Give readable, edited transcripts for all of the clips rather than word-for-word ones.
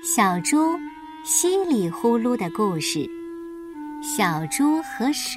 小猪稀里呼噜的故事，小猪和蛇。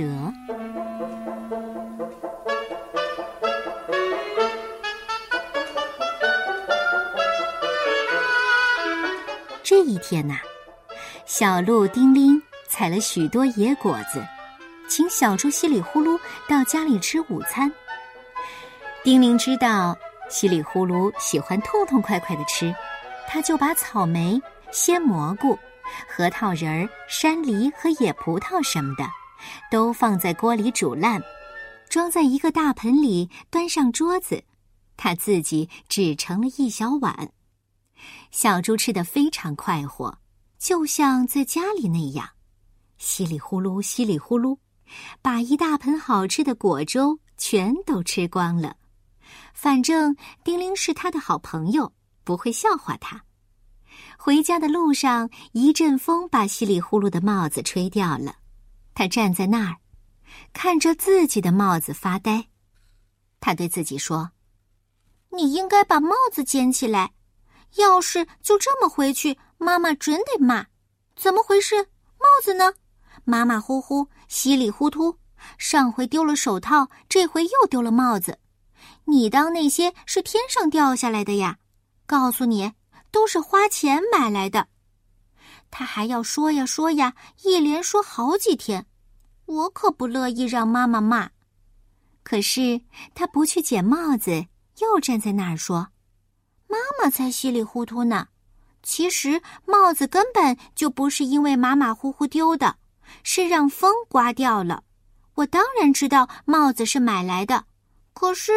这一天呐，小鹿丁玲采了许多野果子，请小猪稀里呼噜到家里吃午餐。丁玲知道稀里呼噜喜欢痛痛快快的吃，他就把草莓、鲜蘑菇、核桃仁儿、山梨和野葡萄什么的都放在锅里煮烂，装在一个大盆里，端上桌子。他自己只盛了一小碗。小猪吃得非常快活，就像在家里那样，稀里呼噜稀里呼噜，把一大盆好吃的果粥全都吃光了。反正丁玲是他的好朋友，不会笑话他。回家的路上，一阵风把稀里呼噜的帽子吹掉了。他站在那儿，看着自己的帽子发呆。他对自己说：“你应该把帽子捡起来，要是就这么回去，妈妈准得骂。怎么回事？帽子呢？马马虎虎，稀里糊涂，上回丢了手套，这回又丢了帽子。你当那些是天上掉下来的呀？告诉你，都是花钱买来的。”他还要说呀说呀，一连说好几天。我可不乐意让妈妈骂。可是他不去捡帽子，又站在那儿说：“妈妈才稀里糊涂呢。其实帽子根本就不是因为马马虎虎丢的，是让风刮掉了。我当然知道帽子是买来的，可是……”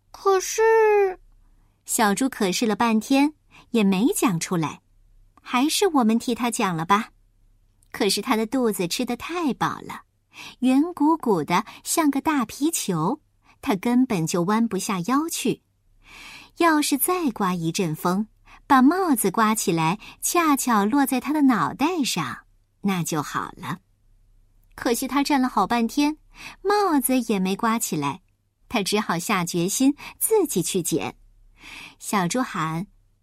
小猪可是了半天也没讲出来，还是我们替他讲了吧。可是他的肚子吃得太饱了，圆鼓鼓的像个大皮球，他根本就弯不下腰去。要是再刮一阵风，把帽子刮起来，恰巧落在他的脑袋上，那就好了。可惜他站了好半天，帽子也没刮起来，他只好下决心自己去捡。小猪喊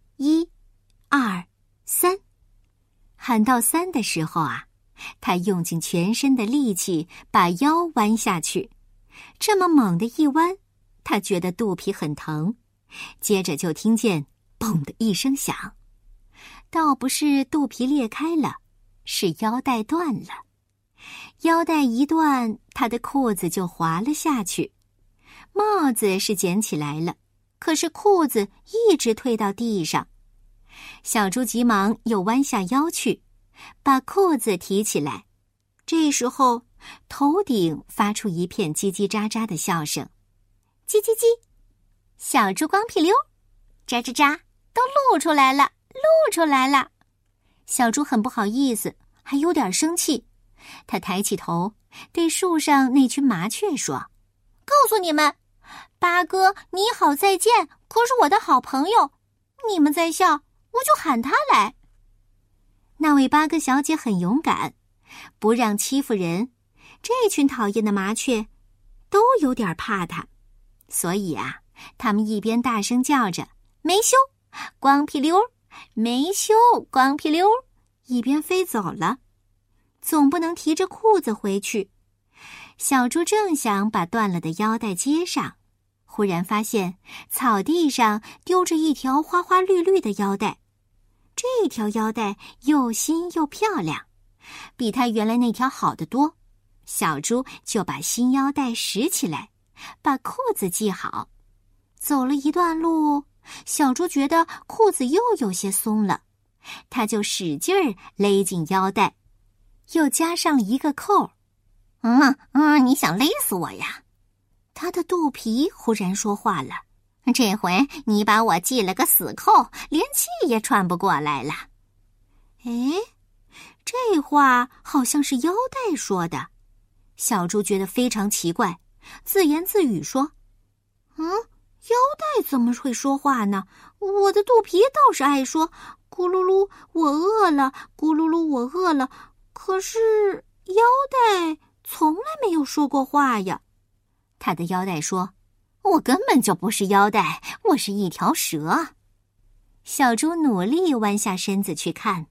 ：“1、2、3。”喊到3的时候啊，他用尽全身的力气把腰弯下去。这么猛地一弯，他觉得肚皮很疼，接着就听见砰的一声响。倒不是肚皮裂开了，是腰带断了。腰带一断，他的裤子就滑了下去。帽子是捡起来了，可是裤子一直退到地上。小猪急忙又弯下腰去，把裤子提起来。这时候，头顶发出一片叽叽喳喳的笑声，叽叽叽，小猪光屁溜，喳喳喳，都露出来了，露出来了。小猪很不好意思，还有点生气。他抬起头，对树上那群麻雀说：“告诉你们，八哥你好再见，可是我的好朋友，你们在笑，我就喊他来。”那位八哥小姐很勇敢，不让欺负人。这群讨厌的麻雀都有点怕他，所以啊，他们一边大声叫着没羞光屁溜，没羞光屁溜，一边飞走了。总不能提着裤子回去。小猪正想把断了的腰带接上，忽然发现草地上丢着一条花花绿绿的腰带。这条腰带又新又漂亮，比它原来那条好得多。小猪就把新腰带拾起来，把裤子系好。走了一段路，小猪觉得裤子又有些松了，他就使劲儿勒紧腰带，又加上了一个扣。你想勒死我呀？他的肚皮忽然说话了：“这回你把我系了个死扣，连气也喘不过来了。”哎，这话好像是腰带说的。小猪觉得非常奇怪，自言自语说：“腰带怎么会说话呢？我的肚皮倒是爱说，咕噜噜，我饿了，咕噜噜，我饿了。可是腰带从来没有说过话呀。”他的腰带说：“我根本就不是腰带，我是一条蛇。”小猪努力弯下身子去看，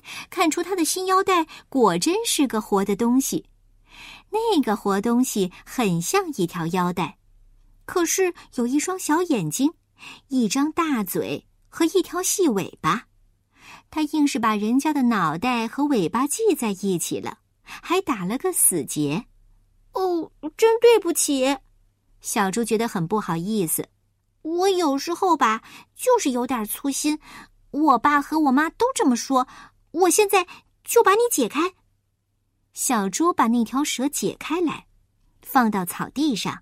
看出他的新腰带果真是个活的东西。那个活东西很像一条腰带，可是有一双小眼睛，一张大嘴和一条细尾巴。他硬是把人家的脑袋和尾巴系在一起了，还打了个死结。哦，真对不起。小猪觉得很不好意思。我有时候吧，就是有点粗心，我爸和我妈都这么说。我现在就把你解开。小猪把那条蛇解开来，放到草地上。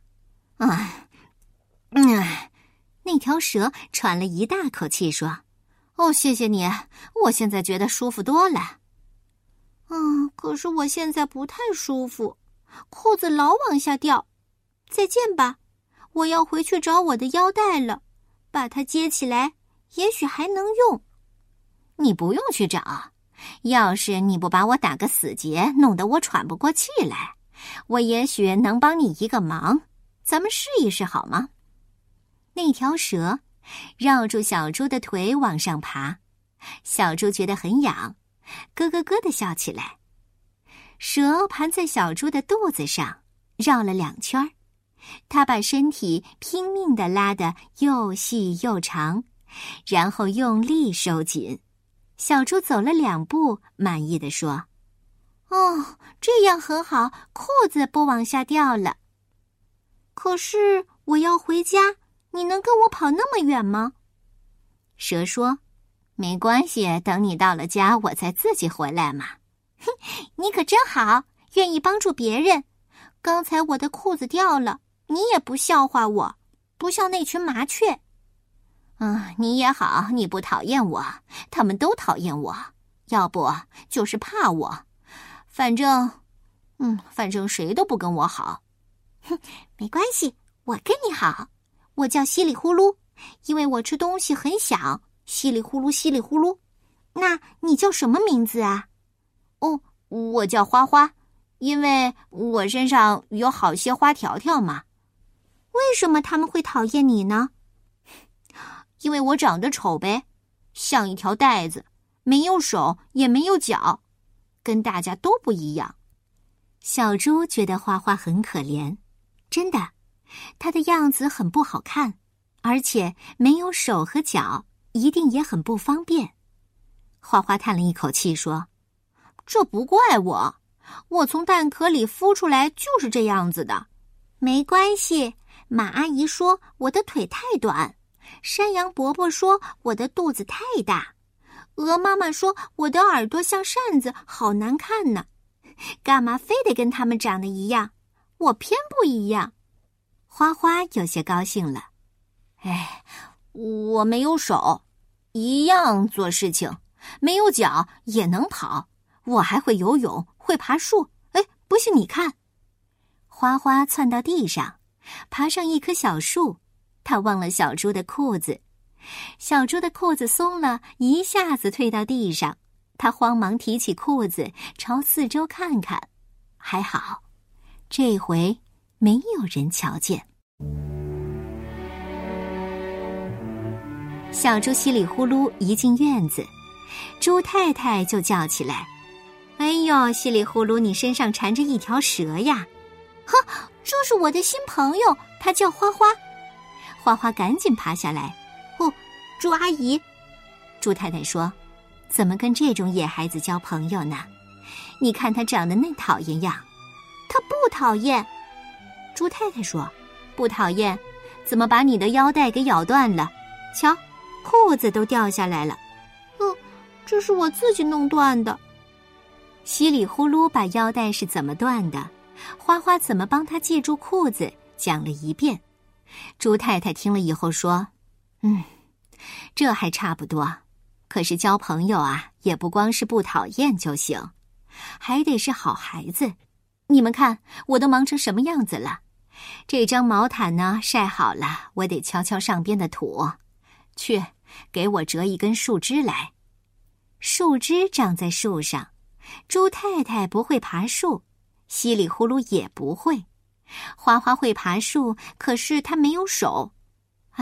那条蛇喘了一大口气说：“哦，谢谢你，我现在觉得舒服多了。”可是我现在不太舒服，裤子老往下掉。再见吧，我要回去找我的腰带了，把它接起来，也许还能用。你不用去找，要是你不把我打个死结，弄得我喘不过气来，我也许能帮你一个忙。咱们试一试好吗？那条蛇绕住小猪的腿往上爬，小猪觉得很痒，咯咯咯地笑起来。蛇盘在小猪的肚子上，绕了2圈，它把身体拼命地拉得又细又长，然后用力收紧。小猪走了2步，满意地说：“哦，这样很好，裤子不往下掉了。可是我要回家，你能跟我跑那么远吗？”蛇说：“没关系，等你到了家，我再自己回来嘛。”哼，你可真好，愿意帮助别人。刚才我的裤子掉了，你也不笑话我，不像那群麻雀。你也好，你不讨厌我，他们都讨厌我，要不就是怕我。反正谁都不跟我好。哼，没关系，我跟你好。我叫稀里呼噜，因为我吃东西很响，稀里呼噜稀里呼噜。那你叫什么名字啊？哦，我叫花花，因为我身上有好些花条条嘛。为什么他们会讨厌你呢？因为我长得丑呗，像一条带子，没有手也没有脚，跟大家都不一样。小猪觉得花花很可怜，真的，它的样子很不好看，而且没有手和脚，一定也很不方便。花花叹了一口气说：“这不怪我，我从蛋壳里孵出来就是这样子的。没关系，马阿姨说我的腿太短，山羊伯伯说我的肚子太大，鹅妈妈说我的耳朵像扇子，好难看呢。干嘛非得跟他们长得一样？我偏不一样。”花花有些高兴了。我没有手，一样做事情；没有脚也能跑，我还会游泳，会爬树。不信你看。花花窜到地上，爬上一棵小树，他忘了小猪的裤子。小猪的裤子松了，一下子退到地上。他慌忙提起裤子，朝四周看看。还好，这回没有人瞧见。小猪稀里呼噜一进院子，猪太太就叫起来：“哎呦，稀里呼噜，你身上缠着一条蛇呀！”“这是我的新朋友，他叫花花。”花花赶紧爬下来。“猪阿姨。”猪太太说：“怎么跟这种野孩子交朋友呢？你看他长得那讨厌样。”“他不讨厌。”猪太太说：“不讨厌，怎么把你的腰带给咬断了？瞧，裤子都掉下来了。”“这是我自己弄断的。”稀里呼噜把腰带是怎么断的，花花怎么帮他系住裤子，讲了一遍。猪太太听了以后说：“这还差不多。可是交朋友啊，也不光是不讨厌就行，还得是好孩子。你们看，我都忙成什么样子了。这张毛毯呢，晒好了，我得敲敲上边的土。去，给我折一根树枝来。”树枝长在树上，猪太太不会爬树，稀里呼噜也不会。花花会爬树，可是她没有手。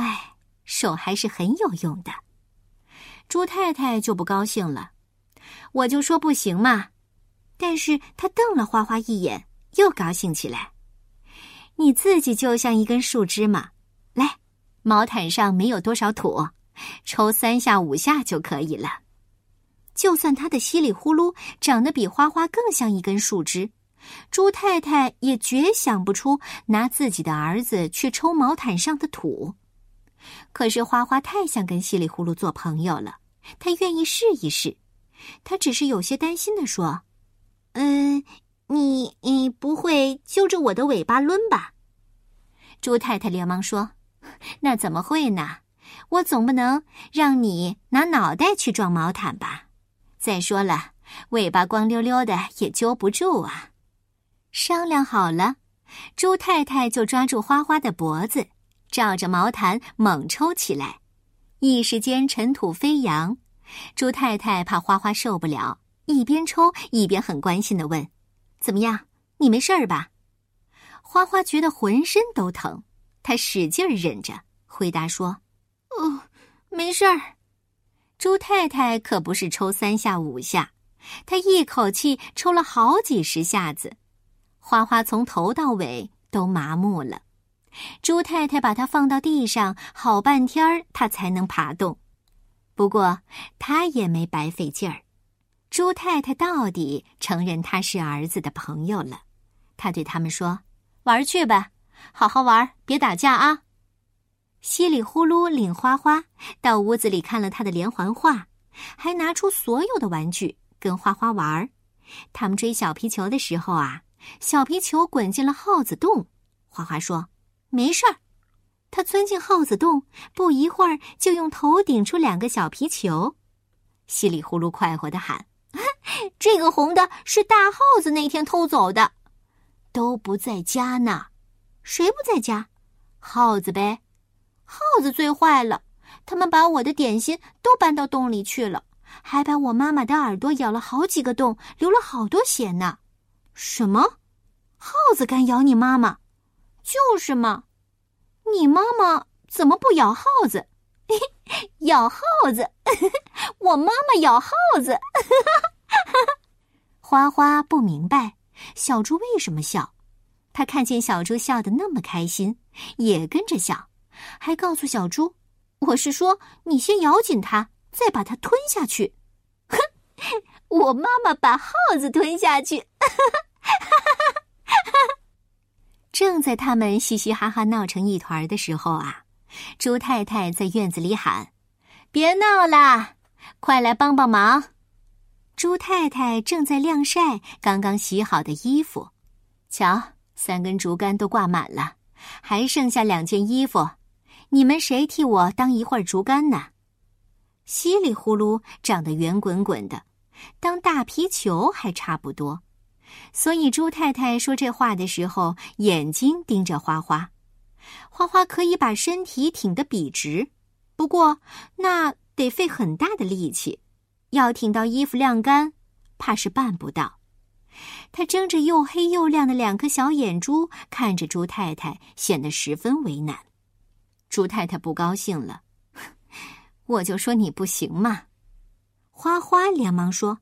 手还是很有用的。猪太太就不高兴了：“ 我就说不行嘛。但是他瞪了花花一眼，又高兴起来。你自己就像一根树枝嘛，来，毛毯上没有多少土，抽3下5下就可以了。就算他的稀里呼噜长得比花花更像一根树枝，猪太太也绝想不出拿自己的儿子去抽毛毯上的土。可是花花太想跟稀里呼噜做朋友了，他愿意试一试。他只是有些担心地说：你不会揪着我的尾巴抡吧？猪太太连忙说：那怎么会呢？我总不能让你拿脑袋去撞毛毯吧？再说了，尾巴光溜溜的也揪不住啊。商量好了，猪太太就抓住花花的脖子，照着毛毯猛抽起来。一时间尘土飞扬，猪太太怕花花受不了，一边抽一边很关心地问：怎么样，你没事儿吧？花花觉得浑身都疼，她使劲忍着，回答说：没事儿。猪太太可不是抽3下5下，她一口气抽了好几10下子。花花从头到尾都麻木了。猪太太把它放到地上，好半天它才能爬动。不过它也没白费劲儿。猪太太到底承认他是儿子的朋友了。她对他们说：玩去吧，好好玩，别打架啊。稀里呼噜领花花到屋子里看了他的连环画，还拿出所有的玩具跟花花玩。他们追小皮球的时候啊，小皮球滚进了耗子洞。花花说：没事儿。他钻进耗子洞，不一会儿就用头顶出2个小皮球。稀里呼噜快活地喊：这个红的是大耗子那天偷走的。都不在家呢。谁不在家？耗子呗。耗子最坏了，他们把我的点心都搬到洞里去了，还把我妈妈的耳朵咬了好几个洞，流了好多血呢。什么？耗子敢咬你妈妈？就是嘛。你妈妈怎么不咬耗子？咬耗子？我妈妈咬耗子。花花不明白小猪为什么笑，他看见小猪笑得那么开心，也跟着笑，还告诉小猪：我是说你先咬紧它，再把它吞下去。哼，我妈妈把耗子吞下去。正在他们嘻嘻哈哈闹成一团的时候啊，猪太太在院子里喊：别闹啦，快来帮帮忙。猪太太正在晾晒刚刚洗好的衣服，瞧，3根竹竿都挂满了，还剩下2件衣服，你们谁替我当一会儿竹竿呢？稀里呼噜长得圆滚滚的，当大皮球还差不多。所以猪太太说这话的时候，眼睛盯着花花。花花可以把身体挺得笔直，不过那得费很大的力气，要挺到衣服晾干，怕是办不到。他睁着又黑又亮的2颗小眼珠看着猪太太，显得十分为难。猪太太不高兴了：我就说你不行嘛。花花连忙说：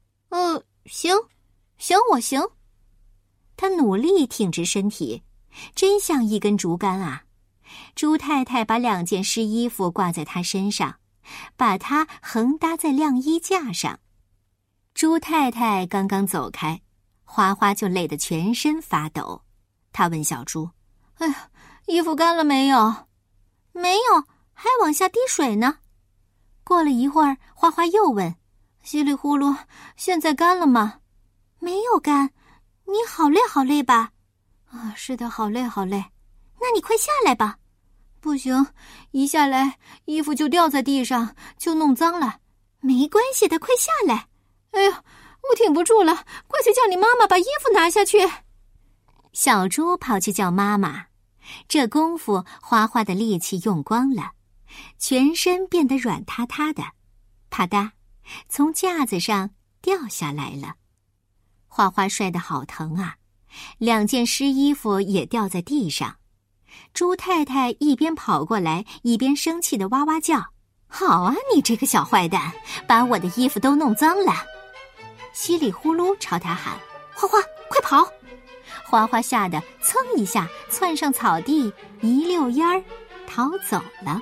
行，我行。他努力挺直身体，真像一根竹竿啊。猪太太把2件湿衣服挂在他身上，把它横搭在晾衣架上。猪太太刚刚走开，花花就累得全身发抖。他问小猪：哎呀，衣服干了没有？没有，还往下滴水呢。过了一会儿，花花又问：稀里呼噜，现在干了吗？没有干。你好累好累吧？是的，好累好累。那你快下来吧。不行，一下来衣服就掉在地上，就弄脏了。没关系的，快下来。哎呀，我挺不住了，快去叫你妈妈把衣服拿下去。小猪跑去叫妈妈，这功夫花花的力气用光了，全身变得软塌塌的，啪嗒，从架子上掉下来了。花花摔得好疼啊，2件湿衣服也掉在地上。猪太太一边跑过来，一边生气地哇哇叫：好啊，你这个小坏蛋，把我的衣服都弄脏了。 稀里呼噜朝他喊：“花花，快跑！”花花吓得噌一下窜上草地，一溜烟儿逃走了。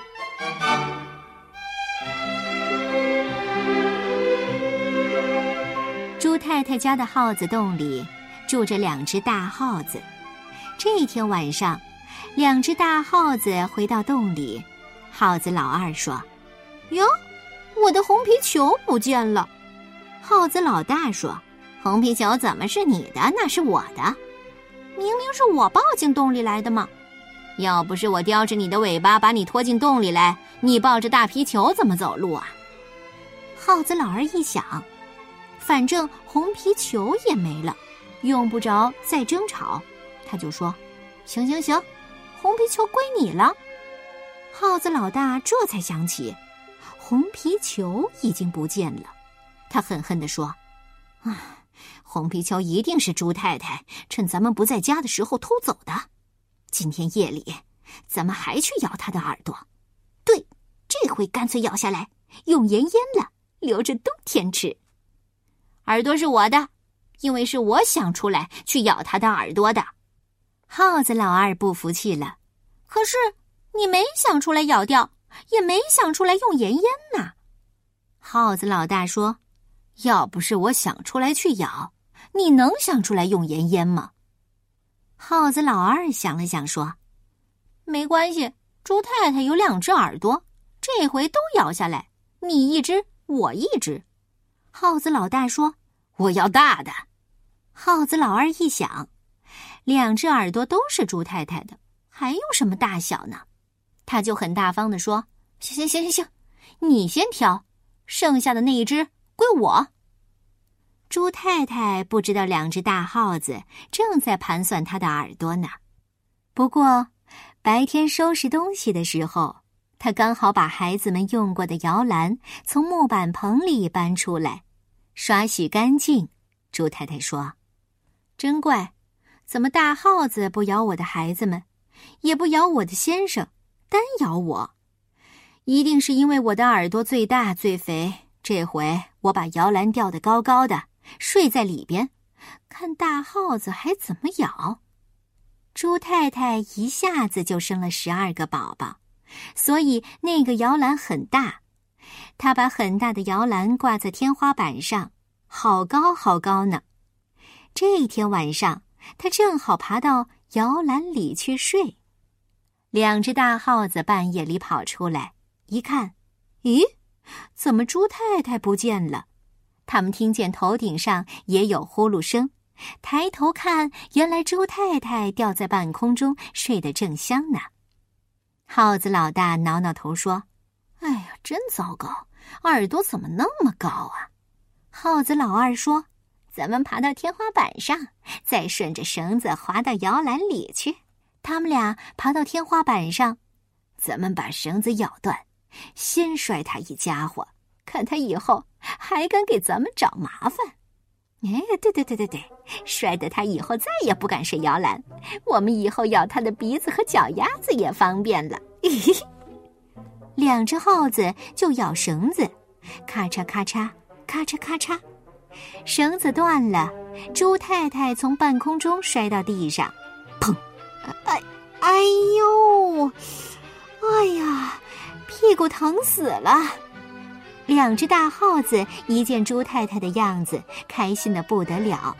猪太太家的耗子洞里住着2只大耗子。这天晚上，2只大耗子回到洞里，耗子老二说：“哟，我的红皮球不见了。”耗子老大说：“红皮球怎么是你的？那是我的。明明是我抱进洞里来的嘛！要不是我叼着你的尾巴把你拖进洞里来，你抱着大皮球怎么走路啊？”耗子老二一想，反正红皮球也没了，用不着再争吵，他就说：“行，红皮球归你了。”耗子老大这才想起，红皮球已经不见了。他恨恨地说：“红皮球一定是猪太太趁咱们不在家的时候偷走的。今天夜里，咱们还去咬她的耳朵。对，这回干脆咬下来，用盐腌了，留着冬天吃。耳朵是我的，因为是我想出来去咬她的耳朵的。”耗子老二不服气了：“可是你没想出来咬掉，也没想出来用盐腌呢。”耗子老大说：“要不是我想出来去咬，你能想出来用盐腌吗？”耗子老二想了想说：“没关系，猪太太有2只耳朵，这回都咬下来，你一只，我一只。”耗子老大说：“我要大的。”耗子老二一想，2只耳朵都是猪太太的，还有什么大小呢？他就很大方地说：“行，你先挑，剩下的那一只归我。”猪太太不知道2只大耗子正在盘算她的耳朵呢。不过白天收拾东西的时候，她刚好把孩子们用过的摇篮从木板棚里搬出来，刷洗干净。猪太太说：“真怪，怎么大耗子不咬我的孩子们，也不咬我的先生，单咬我？一定是因为我的耳朵最大最肥，这回我把摇篮吊得高高的，睡在里边，看大耗子还怎么咬。”猪太太一下子就生了12个宝宝，所以那个摇篮很大。她把很大的摇篮挂在天花板上，好高好高呢。这一天晚上，她正好爬到摇篮里去睡。2只大耗子半夜里跑出来，一看，咦，怎么猪太太不见了？他们听见头顶上也有呼噜声，抬头看，原来猪太太吊在半空中，睡得正香呢。耗子老大挠挠头说：“哎呀，真糟糕，耳朵怎么那么高啊？”耗子老二说：“咱们爬到天花板上，再顺着绳子滑到摇篮里去。”他们俩爬到天花板上，咱们把绳子咬断，先摔他一家伙，看他以后还敢给咱们找麻烦。对，摔得他以后再也不敢睡摇篮，我们以后咬他的鼻子和脚丫子也方便了。2只耗子就咬绳子，咔嚓咔嚓，咔嚓咔嚓，绳子断了，猪太太从半空中摔到地上，砰！哎呀，屁股疼死了。2只大耗子一见猪太太的样子，开心得不得了。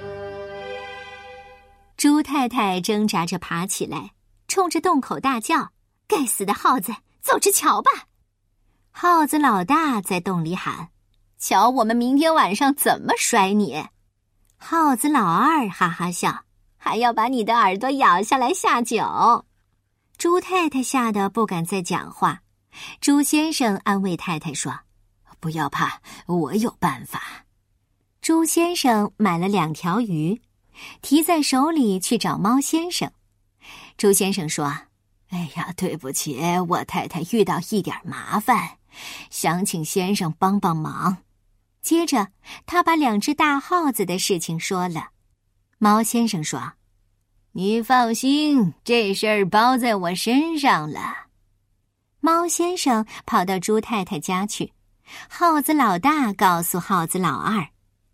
猪太太挣扎着爬起来，冲着洞口大叫：“该死的耗子，走着瞧吧！”耗子老大在洞里喊：“瞧我们明天晚上怎么摔你！”耗子老二哈哈笑：“还要把你的耳朵咬下来下酒。”猪太太吓得不敢再讲话。猪先生安慰太太说：“不要怕，我有办法。”猪先生买了2条鱼，提在手里去找猫先生。猪先生说：“哎呀，对不起，我太太遇到一点麻烦，想请先生帮帮忙。”接着他把2只大耗子的事情说了。猫先生说：“你放心，这事儿包在我身上了。”猫先生跑到猪太太家去，耗子老大告诉耗子老二：“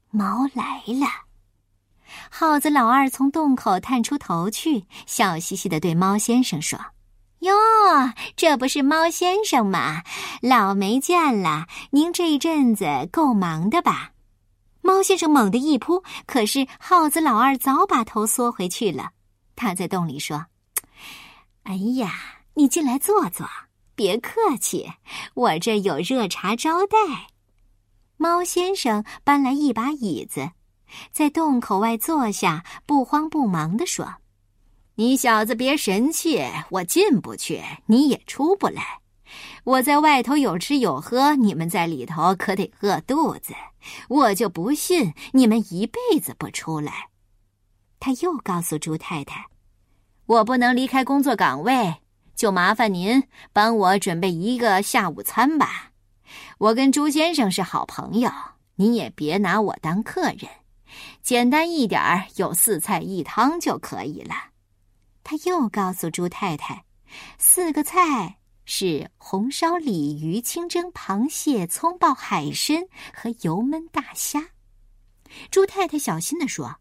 猫来了。耗子老二从洞口探出头去，笑嘻嘻地对猫先生说：哟，这不是猫先生吗？老没见了，您这一阵子够忙的吧？猫先生猛地一扑，可是耗子老二早把头缩回去了。他在洞里说：哎呀，你进来坐坐，别客气，我这有热茶招待。猫先生搬来一把椅子，在洞口外坐下，不慌不忙地说：你小子别神气，我进不去，你也出不来。我在外头有吃有喝，你们在里头可得饿肚子，我就不信你们一辈子不出来。他又告诉猪太太：我不能离开工作岗位，就麻烦您帮我准备一个下午餐吧。我跟猪先生是好朋友，你也别拿我当客人，简单一点儿，有4菜1汤就可以了。他又告诉猪太太，4个菜是红烧鲤鱼、清蒸螃蟹、葱爆海参和油焖大虾。猪太太小心地说：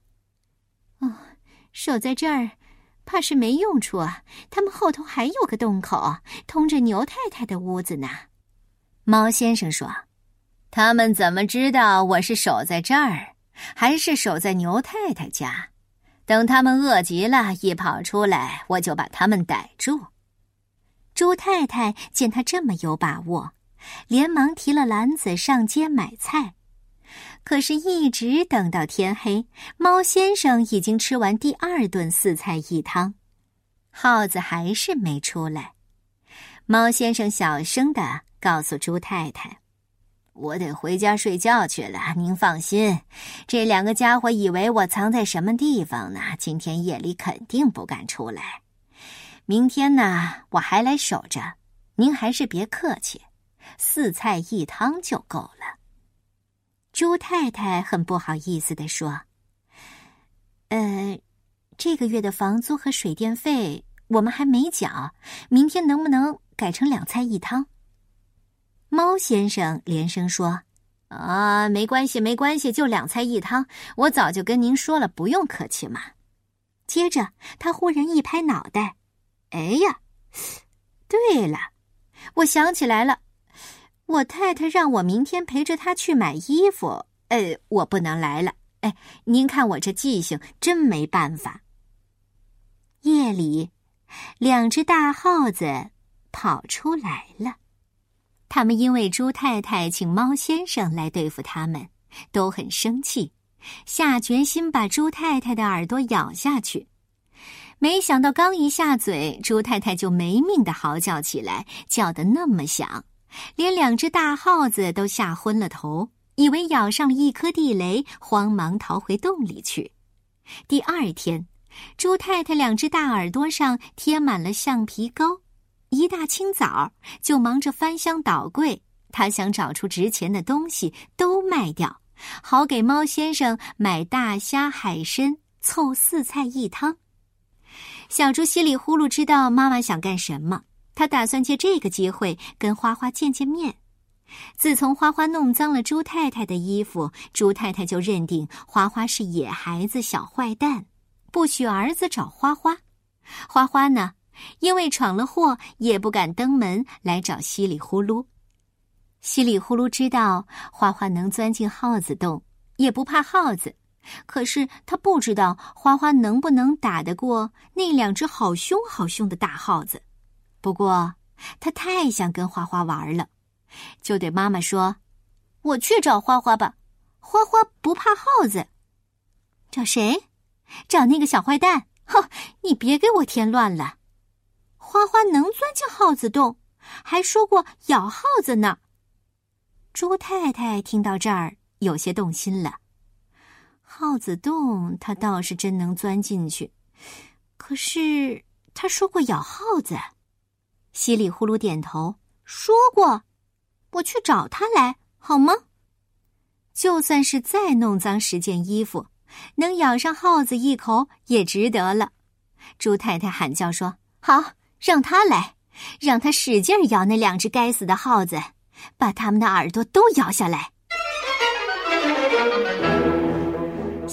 守在这儿怕是没用处啊，他们后头还有个洞口，通着牛太太的屋子呢。猫先生说：他们怎么知道我是守在这儿，还是守在牛太太家？等他们饿极了，一跑出来，我就把他们逮住。猪太太见他这么有把握，连忙提了篮子上街买菜。可是一直等到天黑，猫先生已经吃完第2顿4菜1汤，耗子还是没出来。猫先生小声地告诉猪太太：我得回家睡觉去了，您放心，这2个家伙以为我藏在什么地方呢，今天夜里肯定不敢出来。明天呢，我还来守着，您还是别客气，4菜1汤就够了。猪太太很不好意思地说：这个月的房租和水电费我们还没缴，明天能不能改成2菜1汤？猫先生连声说：没关系没关系，就2菜1汤，我早就跟您说了，不用客气嘛。接着他忽然一拍脑袋：哎呀，对了，我想起来了，我太太让我明天陪着她去买衣服，我不能来了。您看我这记性真没办法。夜里，2只大耗子跑出来了。他们因为猪太太请猫先生来对付他们，都很生气，下决心把猪太太的耳朵咬下去。没想到刚一下嘴，猪太太就没命地嚎叫起来，叫得那么响，连2只大耗子都吓昏了头，以为咬上了一颗地雷，慌忙逃回洞里去。第2天，猪太太2只大耳朵上贴满了橡皮膏，一大清早就忙着翻箱倒柜，她想找出值钱的东西都卖掉，好给猫先生买大虾海参，凑4菜1汤。小猪稀里呼噜知道妈妈想干什么，他打算借这个机会跟花花见见面。自从花花弄脏了猪太太的衣服，猪太太就认定花花是野孩子、小坏蛋，不许儿子找花花。花花呢，因为闯了祸，也不敢登门来找稀里呼噜。稀里呼噜知道花花能钻进耗子洞，也不怕耗子，可是他不知道花花能不能打得过那2只好凶好凶的大耗子。不过他太想跟花花玩了，就对妈妈说：我去找花花吧，花花不怕耗子。找谁？找那个小坏蛋。你别给我添乱了。花花能钻进耗子洞，还说过咬耗子呢。猪太太听到这儿有些动心了。耗子洞他倒是真能钻进去，可是他说过咬耗子。稀里呼噜点头，说过，我去找他来好吗？就算是再弄脏10件衣服，能咬上耗子一口也值得了。猪太太喊叫说：好，让他来，让他使劲咬那2只该死的耗子，把他们的耳朵都咬下来。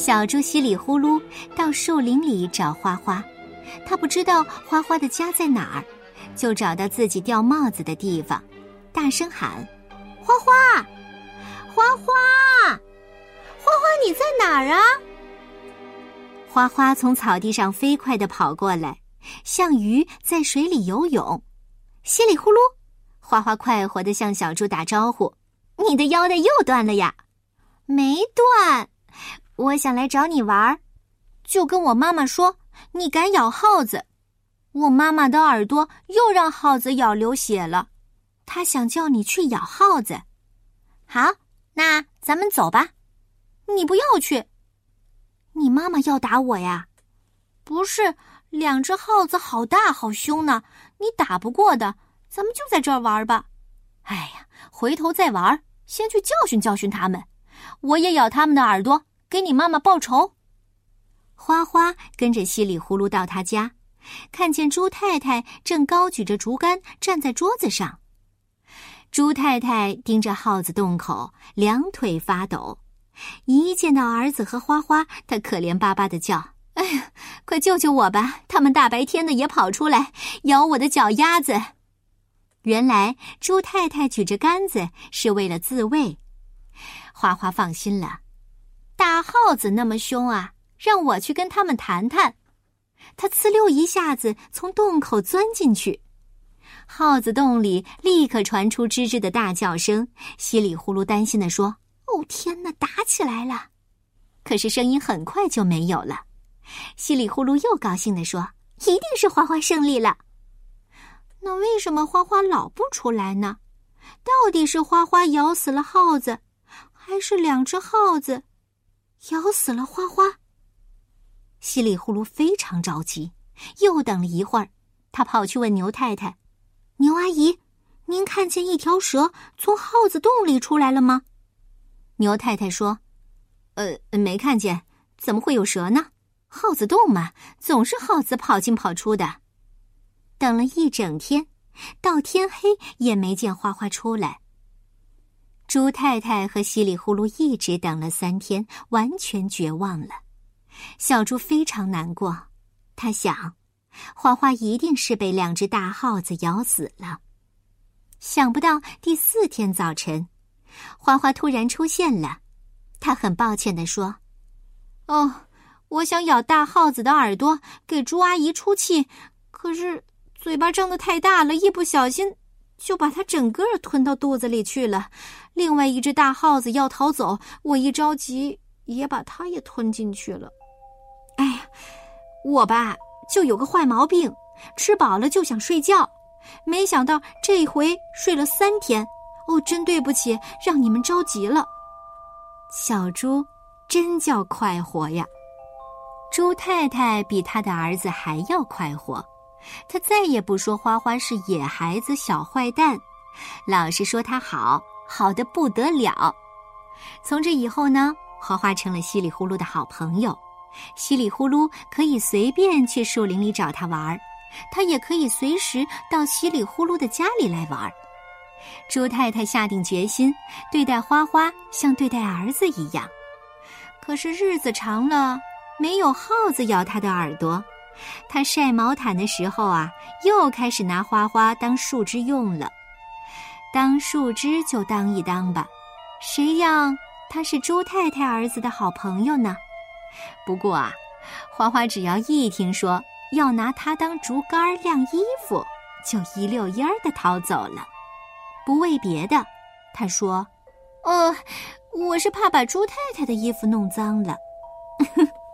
小猪稀里呼噜到树林里找花花，他不知道花花的家在哪儿，就找到自己掉帽子的地方，大声喊：花花，花花，花花，你在哪儿啊？花花从草地上飞快地跑过来，像鱼在水里游泳。稀里呼噜，花花快活地向小猪打招呼：你的腰带又断了呀？没断，我想来找你玩，就跟我妈妈说你敢咬耗子，我妈妈的耳朵又让耗子咬流血了，她想叫你去咬耗子。好，那咱们走吧。你不要去。你妈妈要打我呀？不是，两只耗子好大好凶呢，你打不过的，咱们就在这儿玩吧。哎呀，回头再玩，先去教训教训他们，我也咬他们的耳朵，给你妈妈报仇。花花跟着稀里呼噜到他家，看见猪太太正高举着竹竿站在桌子上。猪太太盯着耗子洞口，两腿发抖。一见到儿子和花花，她可怜巴巴地叫：哎呀，快救救我吧，他们大白天的也跑出来咬我的脚丫子。原来猪太太举着杆子是为了自卫。花花放心了，大耗子那么凶啊，让我去跟他们谈谈。他呲溜一下子从洞口钻进去，耗子洞里立刻传出吱吱的大叫声。稀里呼噜担心地说：哦天哪，打起来了！可是声音很快就没有了。稀里呼噜又高兴地说：一定是花花胜利了。那为什么花花老不出来呢？到底是花花咬死了耗子，还是两只耗子咬死了花花？稀里呼噜非常着急，又等了一会儿，他跑去问牛太太：牛阿姨，您看见一条蛇从耗子洞里出来了吗？牛太太说：没看见，怎么会有蛇呢？耗子洞嘛，总是耗子跑进跑出的。等了一整天，到天黑也没见花花出来。猪太太和稀里呼噜一直等了3天，完全绝望了。小猪非常难过，他想，花花一定是被两只大耗子咬死了。想不到第4天早晨，花花突然出现了，他很抱歉地说：哦，我想咬大耗子的耳朵给猪阿姨出气，可是嘴巴张得太大了，一不小心就把它整个吞到肚子里去了。另外一只大耗子要逃走，我一着急也把它也吞进去了。哎呀，我吧就有个坏毛病，吃饱了就想睡觉，没想到这回睡了3天。哦，真对不起，让你们着急了。小猪真叫快活呀！猪太太比他的儿子还要快活，他再也不说花花是野孩子、小坏蛋，老是说他好，好得不得了。从这以后呢，花花成了稀里呼噜的好朋友。稀里呼噜可以随便去树林里找他玩，他也可以随时到稀里呼噜的家里来玩。猪太太下定决心，对待花花像对待儿子一样。可是日子长了，没有耗子咬他的耳朵，他晒毛毯的时候啊，又开始拿花花当树枝用了。当树枝就当一当吧，谁让他是猪太太儿子的好朋友呢？不过啊，花花只要一听说要拿它当竹竿晾衣服，就一溜烟儿地逃走了。不为别的，他说：我是怕把猪太太的衣服弄脏了。